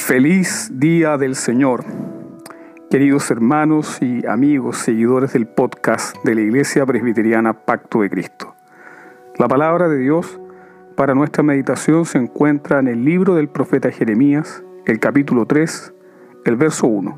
Feliz día del Señor, queridos hermanos y amigos, seguidores del podcast de la Iglesia Presbiteriana Pacto de Cristo. La palabra de Dios para nuestra meditación se encuentra en el libro del profeta Jeremías, el capítulo 3, el verso 1.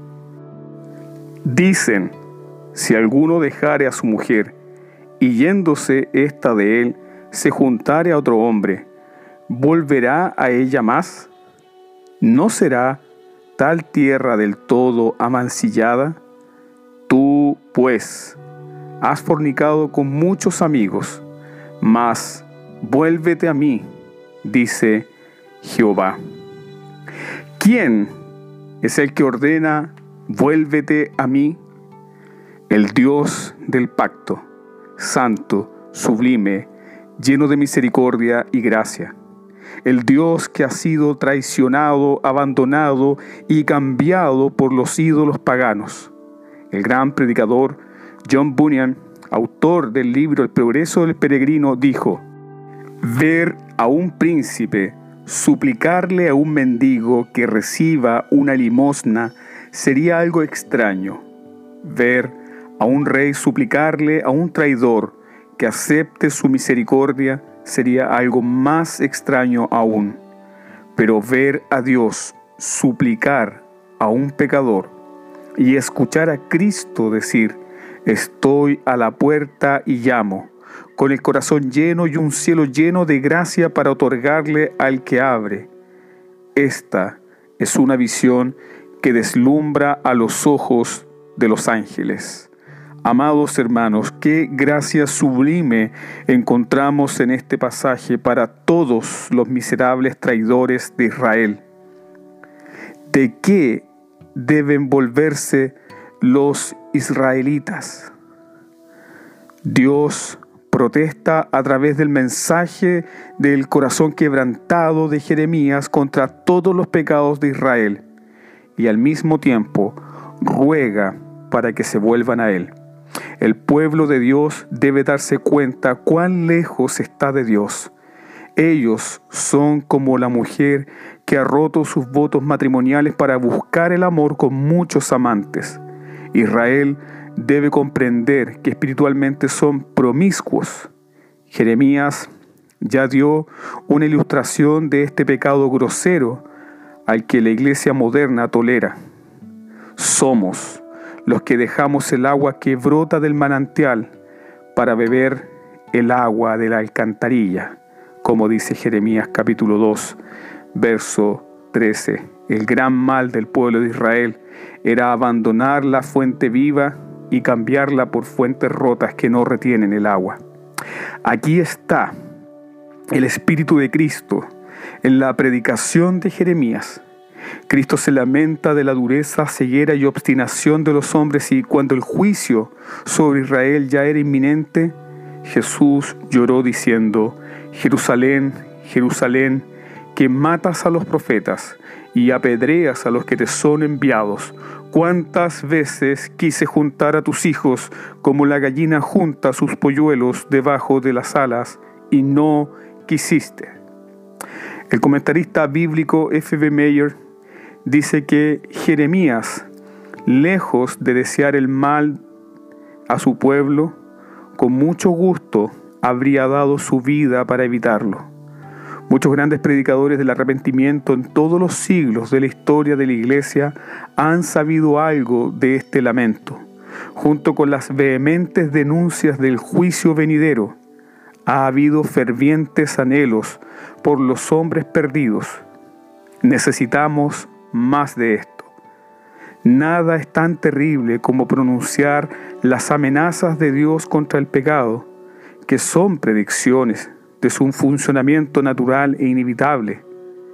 Dicen, si alguno dejare a su mujer, y yéndose ésta de él, se juntare a otro hombre, ¿volverá a ella más? ¿No será tal tierra del todo amancillada? Tú, pues, has fornicado con muchos amigos, mas vuélvete a mí, dice Jehová. ¿Quién es el que ordena, vuélvete a mí? El Dios del pacto, santo, sublime, lleno de misericordia y gracia. El Dios que ha sido traicionado, abandonado y cambiado por los ídolos paganos. El gran predicador John Bunyan, autor del libro El progreso del peregrino, dijo: ver a un príncipe suplicarle a un mendigo que reciba una limosna sería algo extraño. Ver a un rey suplicarle a un traidor que acepte su misericordia sería algo más extraño aún. Pero ver a Dios suplicar a un pecador y escuchar a Cristo decir: estoy a la puerta y llamo, con el corazón lleno y un cielo lleno de gracia para otorgarle al que abre. Esta es una visión que deslumbra a los ojos de los ángeles. Amados hermanos, qué gracia sublime encontramos en este pasaje para todos los miserables traidores de Israel. ¿De qué deben volverse los israelitas? Dios protesta a través del mensaje del corazón quebrantado de Jeremías contra todos los pecados de Israel y al mismo tiempo ruega para que se vuelvan a Él. El pueblo de Dios debe darse cuenta cuán lejos está de Dios. Ellos son como la mujer que ha roto sus votos matrimoniales para buscar el amor con muchos amantes. Israel debe comprender que espiritualmente son promiscuos. Jeremías ya dio una ilustración de este pecado grosero al que la iglesia moderna tolera. Somos los que dejamos el agua que brota del manantial para beber el agua de la alcantarilla, como dice Jeremías capítulo 2, verso 13. El gran mal del pueblo de Israel era abandonar la fuente viva y cambiarla por fuentes rotas que no retienen el agua. Aquí está el Espíritu de Cristo en la predicación de Jeremías. Cristo se lamenta de la dureza, ceguera y obstinación de los hombres, y cuando el juicio sobre Israel ya era inminente, Jesús lloró diciendo: Jerusalén, Jerusalén, que matas a los profetas y apedreas a los que te son enviados. ¿Cuántas veces quise juntar a tus hijos como la gallina junta sus polluelos debajo de las alas, y no quisiste? El comentarista bíblico F.B. Meyer dice que Jeremías, lejos de desear el mal a su pueblo, con mucho gusto habría dado su vida para evitarlo. Muchos grandes predicadores del arrepentimiento en todos los siglos de la historia de la Iglesia han sabido algo de este lamento. Junto con las vehementes denuncias del juicio venidero, ha habido fervientes anhelos por los hombres perdidos. Necesitamos más de esto. Nada es tan terrible como pronunciar las amenazas de Dios contra el pecado, que son predicciones de su funcionamiento natural e inevitable,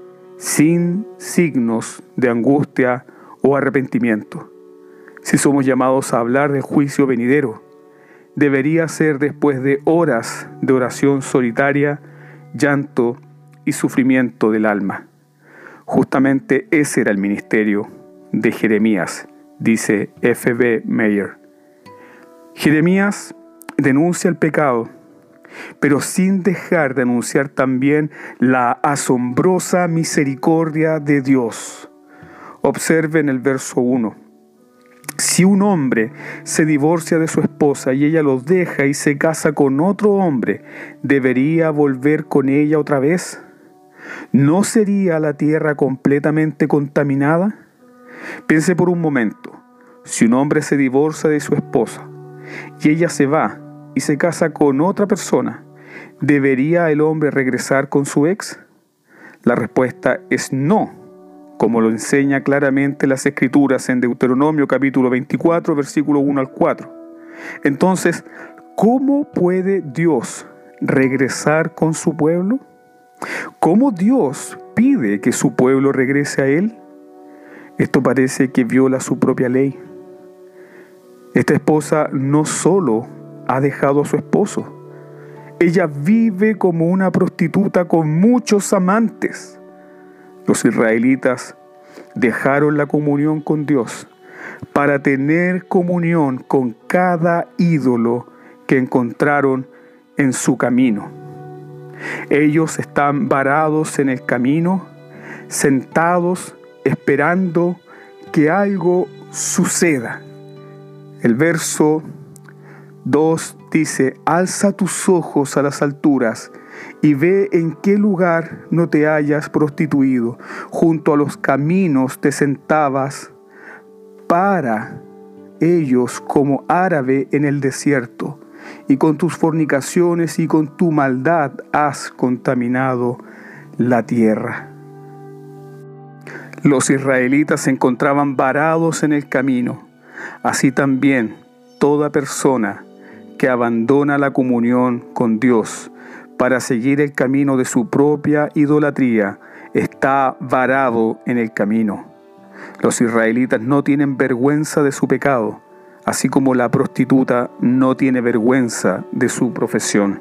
sin signos de angustia o arrepentimiento. Si somos llamados a hablar del juicio venidero, debería ser después de horas de oración solitaria, llanto y sufrimiento del alma. Justamente ese era el ministerio de Jeremías, dice F.B. Meyer. Jeremías denuncia el pecado, pero sin dejar de anunciar también la asombrosa misericordia de Dios. Observen el verso 1. Si un hombre se divorcia de su esposa y ella lo deja y se casa con otro hombre, ¿debería volver con ella otra vez? ¿No sería la tierra completamente contaminada? Piense por un momento. Si un hombre se divorcia de su esposa y ella se va y se casa con otra persona, ¿debería el hombre regresar con su ex? La respuesta es no, como lo enseña claramente las Escrituras en Deuteronomio capítulo 24, versículo 1 al 4. Entonces, ¿cómo puede Dios regresar con su pueblo? ¿Cómo Dios pide que su pueblo regrese a Él? Esto parece que viola su propia ley. Esta esposa no solo ha dejado a su esposo, ella vive como una prostituta con muchos amantes. Los israelitas dejaron la comunión con Dios para tener comunión con cada ídolo que encontraron en su camino. Ellos están varados en el camino, sentados, esperando que algo suceda. El verso 2 dice: alza tus ojos a las alturas y ve en qué lugar no te hayas prostituido. Junto a los caminos te sentabas para ellos como árabe en el desierto, y con tus fornicaciones y con tu maldad has contaminado la tierra. Los israelitas se encontraban varados en el camino. Así también toda persona que abandona la comunión con Dios para seguir el camino de su propia idolatría está varado en el camino. Los israelitas no tienen vergüenza de su pecado, así como la prostituta no tiene vergüenza de su profesión.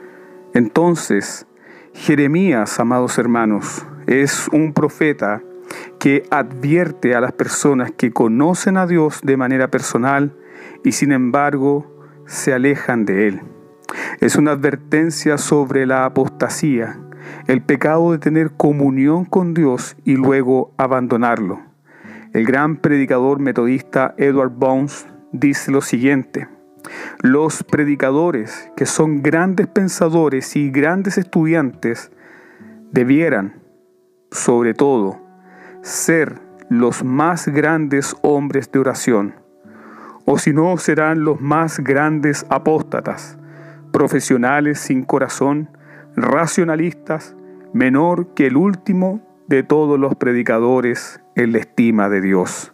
Entonces, Jeremías, amados hermanos, es un profeta que advierte a las personas que conocen a Dios de manera personal y sin embargo se alejan de Él. Es una advertencia sobre la apostasía, el pecado de tener comunión con Dios y luego abandonarlo. El gran predicador metodista Edward Bones dice lo siguiente: los predicadores, que son grandes pensadores y grandes estudiantes, debieran, sobre todo, ser los más grandes hombres de oración, o si no, serán los más grandes apóstatas, profesionales sin corazón, racionalistas, menor que el último de todos los predicadores en la estima de Dios.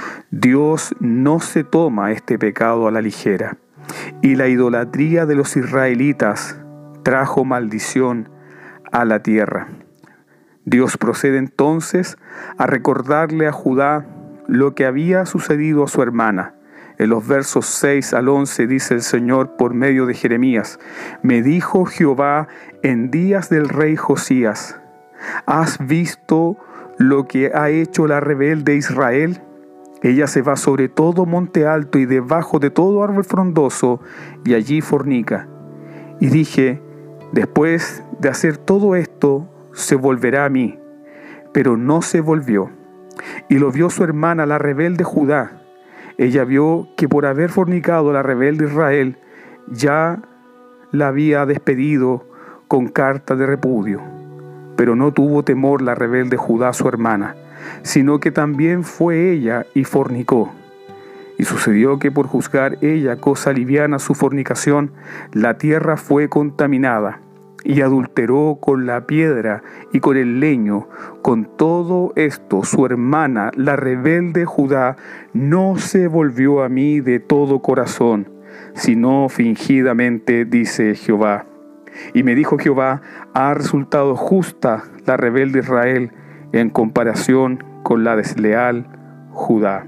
Dios no se toma este pecado a la ligera, y la idolatría de los israelitas trajo maldición a la tierra. Dios procede entonces a recordarle a Judá lo que había sucedido a su hermana. En los versos 6 al 11 dice el Señor por medio de Jeremías: me dijo Jehová en días del rey Josías, ¿has visto lo que ha hecho la rebelde Israel? Ella se va sobre todo monte alto y debajo de todo árbol frondoso, y allí fornica. Y dije: después de hacer todo esto, se volverá a mí. Pero no se volvió. Y lo vio su hermana, la rebelde Judá. Ella vio que por haber fornicado la rebelde Israel, ya la había despedido con carta de repudio. Pero no tuvo temor la rebelde Judá, su hermana, sino que también fue ella y fornicó. Y sucedió que por juzgar ella cosa liviana su fornicación, la tierra fue contaminada, y adulteró con la piedra y con el leño. Con todo esto, su hermana, la rebelde Judá, no se volvió a mí de todo corazón, sino fingidamente, dice Jehová. Y me dijo Jehová: ha resultado justa la rebelde Israel en comparación con la desleal Judá.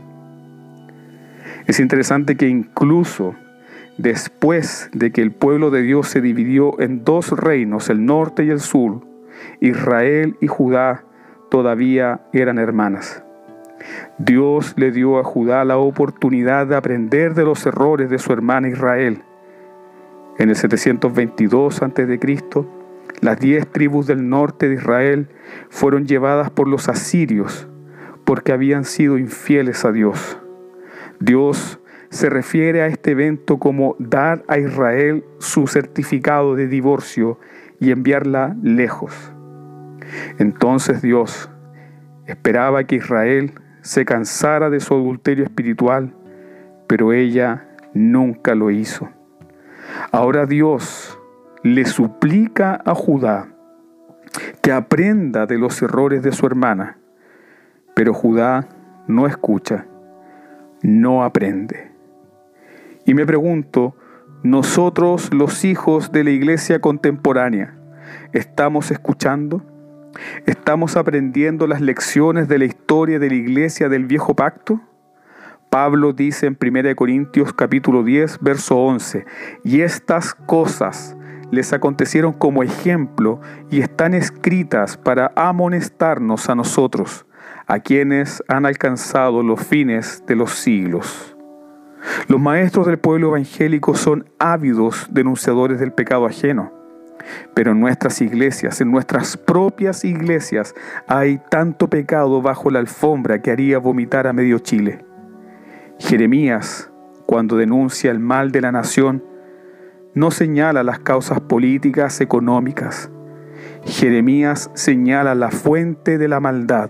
Es interesante que incluso después de que el pueblo de Dios se dividió en dos reinos, el norte y el sur, Israel y Judá todavía eran hermanas. Dios le dio a Judá la oportunidad de aprender de los errores de su hermana Israel. En el 722 a.C., las 10 tribus del norte de Israel fueron llevadas por los asirios, porque habían sido infieles a Dios. Dios se refiere a este evento como dar a Israel su certificado de divorcio y enviarla lejos. Entonces Dios esperaba que Israel se cansara de su adulterio espiritual, pero ella nunca lo hizo. Ahora Dios le suplica a Judá que aprenda de los errores de su hermana, pero Judá no escucha, no aprende. Y me pregunto, nosotros los hijos de la iglesia contemporánea, ¿estamos escuchando? ¿Estamos aprendiendo las lecciones de la historia de la iglesia del viejo pacto? Pablo dice en 1 Corintios capítulo 10, verso 11, y estas cosas les acontecieron como ejemplo y están escritas para amonestarnos a nosotros, a quienes han alcanzado los fines de los siglos. Los maestros del pueblo evangélico son ávidos denunciadores del pecado ajeno. Pero en nuestras iglesias, en nuestras propias iglesias, hay tanto pecado bajo la alfombra que haría vomitar a medio Chile. Jeremías, cuando denuncia el mal de la nación, no señala las causas políticas, económicas. Jeremías señala la fuente de la maldad.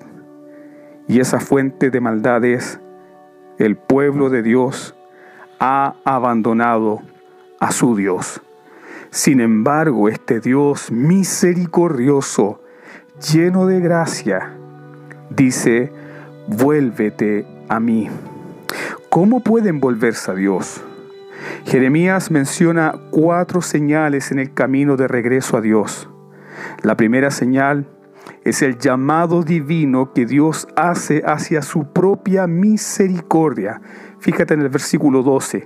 Y esa fuente de maldad es: el pueblo de Dios ha abandonado a su Dios. Sin embargo, este Dios misericordioso, lleno de gracia, dice: vuélvete a mí. ¿Cómo pueden volverse a Dios? Jeremías menciona 4 señales en el camino de regreso a Dios. La primera señal es el llamado divino que Dios hace hacia su propia misericordia. Fíjate en el versículo 12.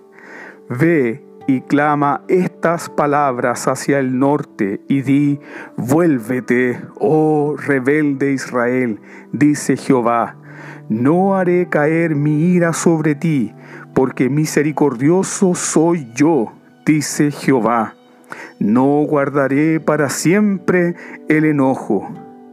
Ve y clama estas palabras hacia el norte y di: vuélvete, oh rebelde Israel, dice Jehová. No haré caer mi ira sobre ti, porque misericordioso soy yo, dice Jehová. No guardaré para siempre el enojo.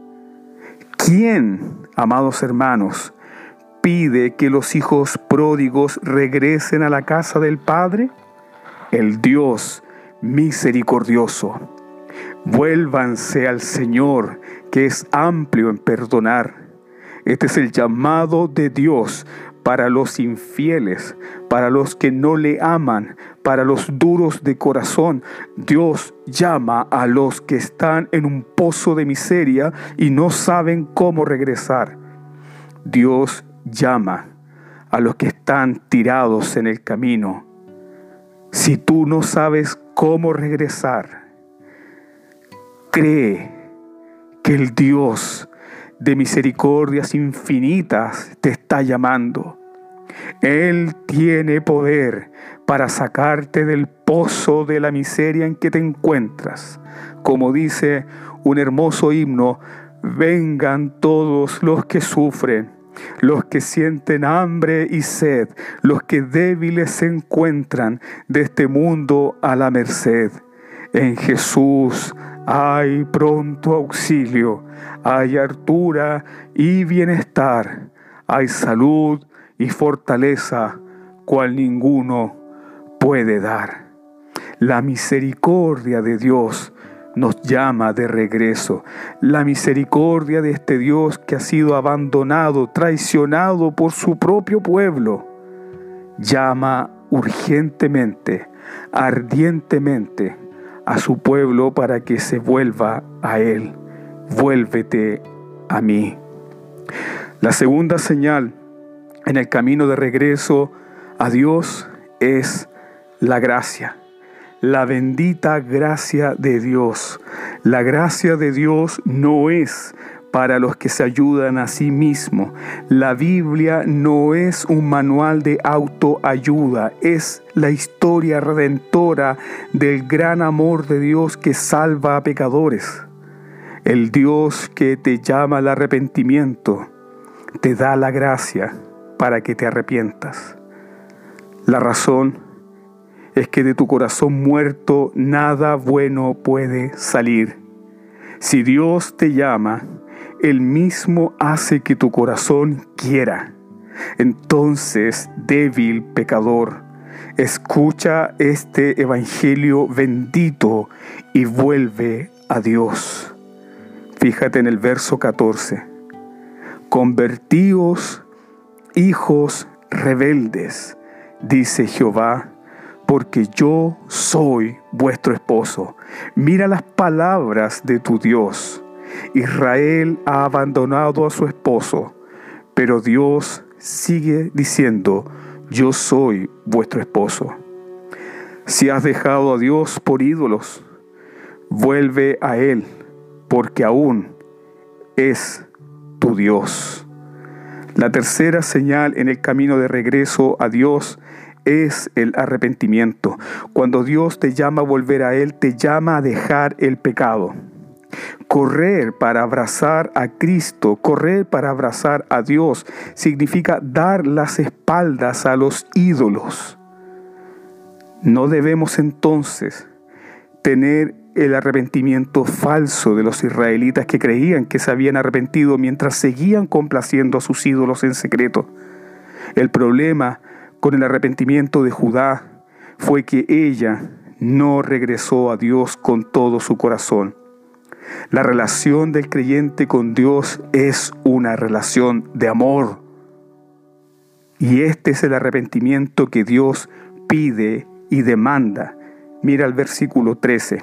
¿Quién, amados hermanos, pide que los hijos pródigos regresen a la casa del Padre? El Dios misericordioso. Vuélvanse al Señor, que es amplio en perdonar. Este es el llamado de Dios para los infieles, para los que no le aman, para los duros de corazón. Dios llama a los que están en un pozo de miseria y no saben cómo regresar. Dios llama a los que están tirados en el camino. Si tú no sabes cómo regresar, cree que el Dios de misericordias infinitas te está llamando. Él tiene poder para sacarte del pozo de la miseria en que te encuentras. Como dice un hermoso himno: vengan todos los que sufren, los que sienten hambre y sed, los que débiles se encuentran de este mundo a la merced. En Jesús hay pronto auxilio, hay hartura y bienestar, hay salud y fortaleza, cual ninguno puede dar. La misericordia de Dios nos llama de regreso. La misericordia de este Dios que ha sido abandonado, traicionado por su propio pueblo, llama urgentemente, ardientemente a su pueblo para que se vuelva a Él. Vuélvete a mí. La segunda señal en el camino de regreso a Dios es la gracia. La bendita gracia de Dios. La gracia de Dios no es para los que se ayudan a sí mismos. La Biblia no es un manual de autoayuda, es la historia redentora del gran amor de Dios que salva a pecadores. El Dios que te llama al arrepentimiento te da la gracia para que te arrepientas. La razón es que de tu corazón muerto nada bueno puede salir. Si Dios te llama, Él mismo hace que tu corazón quiera. Entonces, débil pecador, escucha este evangelio bendito y vuelve a Dios. Fíjate en el verso 14. Convertíos, hijos rebeldes, dice Jehová, porque yo soy vuestro esposo. Mira las palabras de tu Dios. Israel ha abandonado a su esposo, pero Dios sigue diciendo, yo soy vuestro esposo. Si has dejado a Dios por ídolos, vuelve a Él, porque aún es tu Dios. La tercera señal en el camino de regreso a Dios es el arrepentimiento. Cuando Dios te llama a volver a Él, te llama a dejar el pecado. Correr para abrazar a Cristo, correr para abrazar a Dios, significa dar las espaldas a los ídolos. No debemos entonces tener el arrepentimiento falso de los israelitas que creían que se habían arrepentido mientras seguían complaciendo a sus ídolos en secreto. El problema con el arrepentimiento de Judá fue que ella no regresó a Dios con todo su corazón. La relación del creyente con Dios es una relación de amor. Y este es el arrepentimiento que Dios pide y demanda. Mira el versículo 13.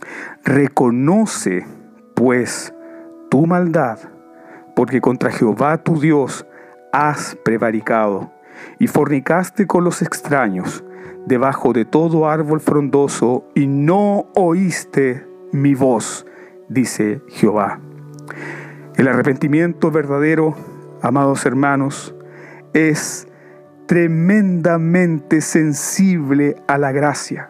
Reconoce, pues, tu maldad, porque contra Jehová tu Dios has prevaricado, y fornicaste con los extraños, debajo de todo árbol frondoso, y no oíste mi voz, dice Jehová. El arrepentimiento verdadero, amados hermanos, es tremendamente sensible a la gracia.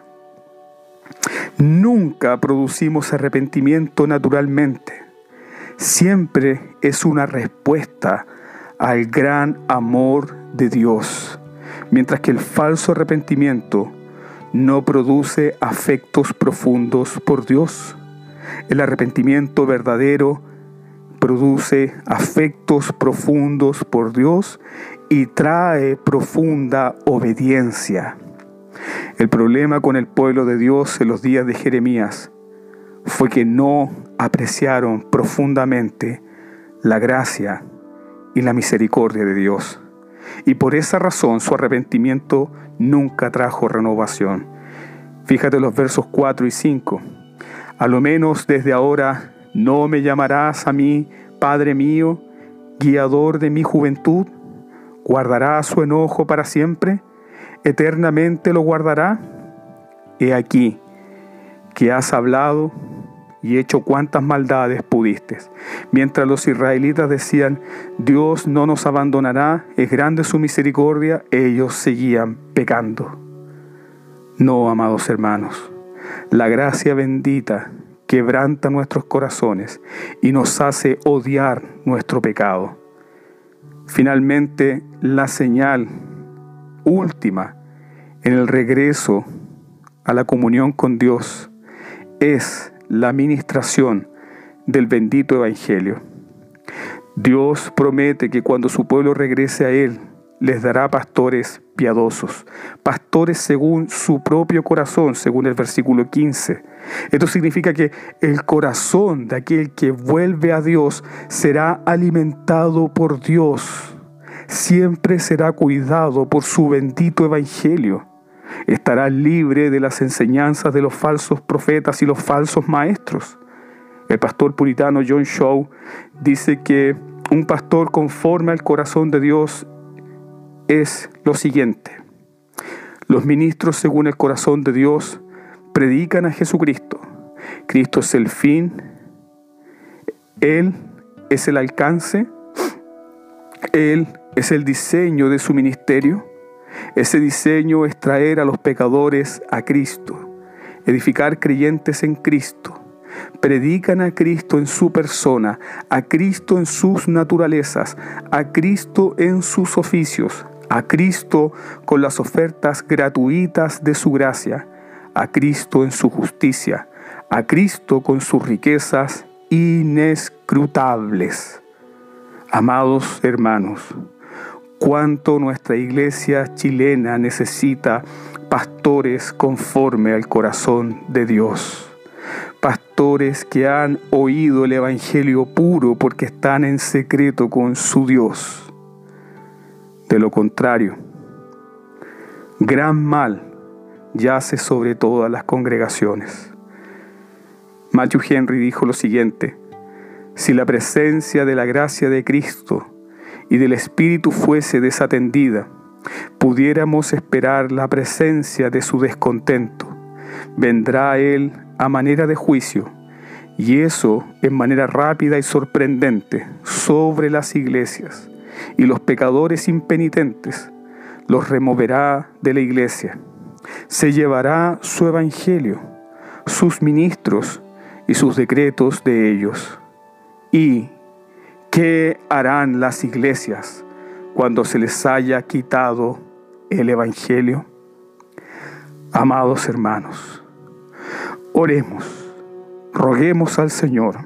Nunca producimos arrepentimiento naturalmente. Siempre es una respuesta al gran amor de Dios, mientras que el falso arrepentimiento no produce afectos profundos por Dios. El arrepentimiento verdadero produce afectos profundos por Dios y trae profunda obediencia. El problema con el pueblo de Dios en los días de Jeremías fue que no apreciaron profundamente la gracia y la misericordia de Dios. Y por esa razón su arrepentimiento nunca trajo renovación. Fíjate los versos 4 y 5. A lo menos desde ahora no me llamarás a mí, Padre mío, guiador de mi juventud. ¿Guardará su enojo para siempre? ¿Eternamente lo guardará? He aquí que has hablado y hecho cuantas maldades pudiste. Mientras los israelitas decían, Dios no nos abandonará, es grande su misericordia, ellos seguían pecando. No, amados hermanos, la gracia bendita quebranta nuestros corazones y nos hace odiar nuestro pecado. Finalmente, la señal última en el regreso a la comunión con Dios es la ministración del bendito Evangelio. Dios promete que cuando su pueblo regrese a Él, les dará pastores piadosos, pastores según su propio corazón, según el versículo 15. Esto significa que el corazón de aquel que vuelve a Dios será alimentado por Dios. Siempre será cuidado por su bendito Evangelio. Estará libre de las enseñanzas de los falsos profetas y los falsos maestros. El pastor puritano John Shaw dice que un pastor conforme al corazón de Dios es lo siguiente: los ministros según el corazón de Dios predican a Jesucristo. Cristo es el fin, Él es el alcance, Él es el diseño de su ministerio. Ese diseño es traer a los pecadores a Cristo, edificar creyentes en Cristo. Predican a Cristo en su persona, a Cristo en sus naturalezas, a Cristo en sus oficios, a Cristo con las ofertas gratuitas de su gracia, a Cristo en su justicia, a Cristo con sus riquezas inescrutables. Amados hermanos, cuánto nuestra iglesia chilena necesita pastores conforme al corazón de Dios. Pastores que han oído el evangelio puro porque están en secreto con su Dios. De lo contrario, gran mal yace sobre todas las congregaciones. Matthew Henry dijo lo siguiente: si la presencia de la gracia de Cristo y del Espíritu fuese desatendida, pudiéramos esperar la presencia de su descontento. Vendrá a Él a manera de juicio, y eso en manera rápida y sorprendente, sobre las iglesias, y los pecadores impenitentes los removerá de la iglesia. Se llevará su evangelio, sus ministros y sus decretos de ellos. ¿Y qué harán las iglesias cuando se les haya quitado el evangelio? Amados hermanos, oremos, roguemos al Señor.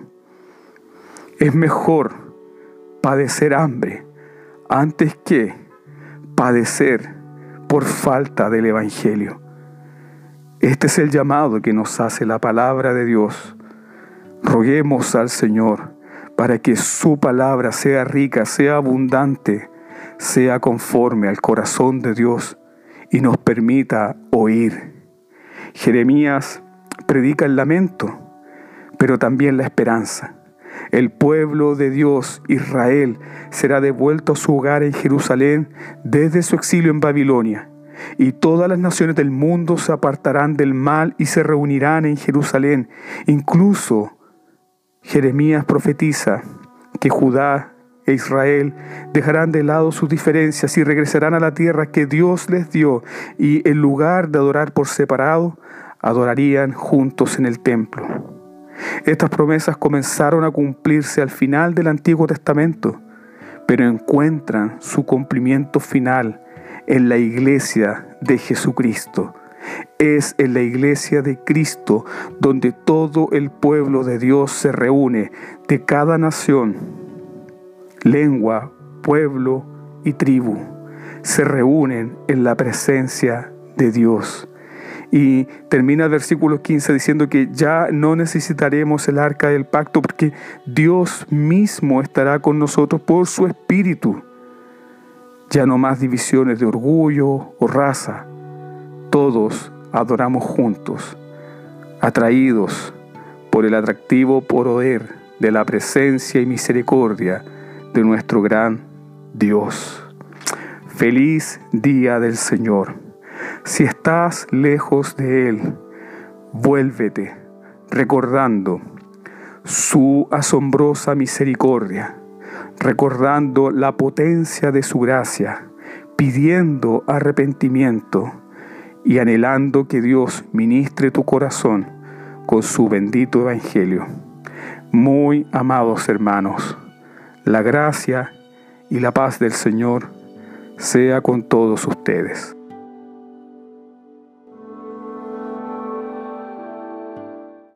Es mejor padecer hambre antes que padecer por falta del evangelio. Este es el llamado que nos hace la palabra de Dios. Roguemos al Señor para que su palabra sea rica, sea abundante, sea conforme al corazón de Dios y nos permita oír. Jeremías predica el lamento, pero también la esperanza. El pueblo de Dios, Israel, será devuelto a su hogar en Jerusalén desde su exilio en Babilonia. Y todas las naciones del mundo se apartarán del mal y se reunirán en Jerusalén. Incluso Jeremías profetiza que Judá e Israel dejarán de lado sus diferencias y regresarán a la tierra que Dios les dio, y en lugar de adorar por separado, adorarían juntos en el templo. Estas promesas comenzaron a cumplirse al final del Antiguo Testamento, pero encuentran su cumplimiento final en la iglesia de Jesucristo. Es en la iglesia de Cristo donde todo el pueblo de Dios se reúne, de cada nación, lengua, pueblo y tribu. Se reúnen en la presencia de Dios. Y termina el versículo 15 diciendo que ya no necesitaremos el arca del pacto porque Dios mismo estará con nosotros por su Espíritu. Ya no más divisiones de orgullo o raza. Todos adoramos juntos, atraídos por el atractivo poder de la presencia y misericordia de nuestro gran Dios. Feliz día del Señor. Si estás lejos de Él, vuélvete recordando su asombrosa misericordia, recordando la potencia de su gracia, pidiendo arrepentimiento y anhelando que Dios ministre tu corazón con su bendito evangelio. Muy amados hermanos, la gracia y la paz del Señor sea con todos ustedes.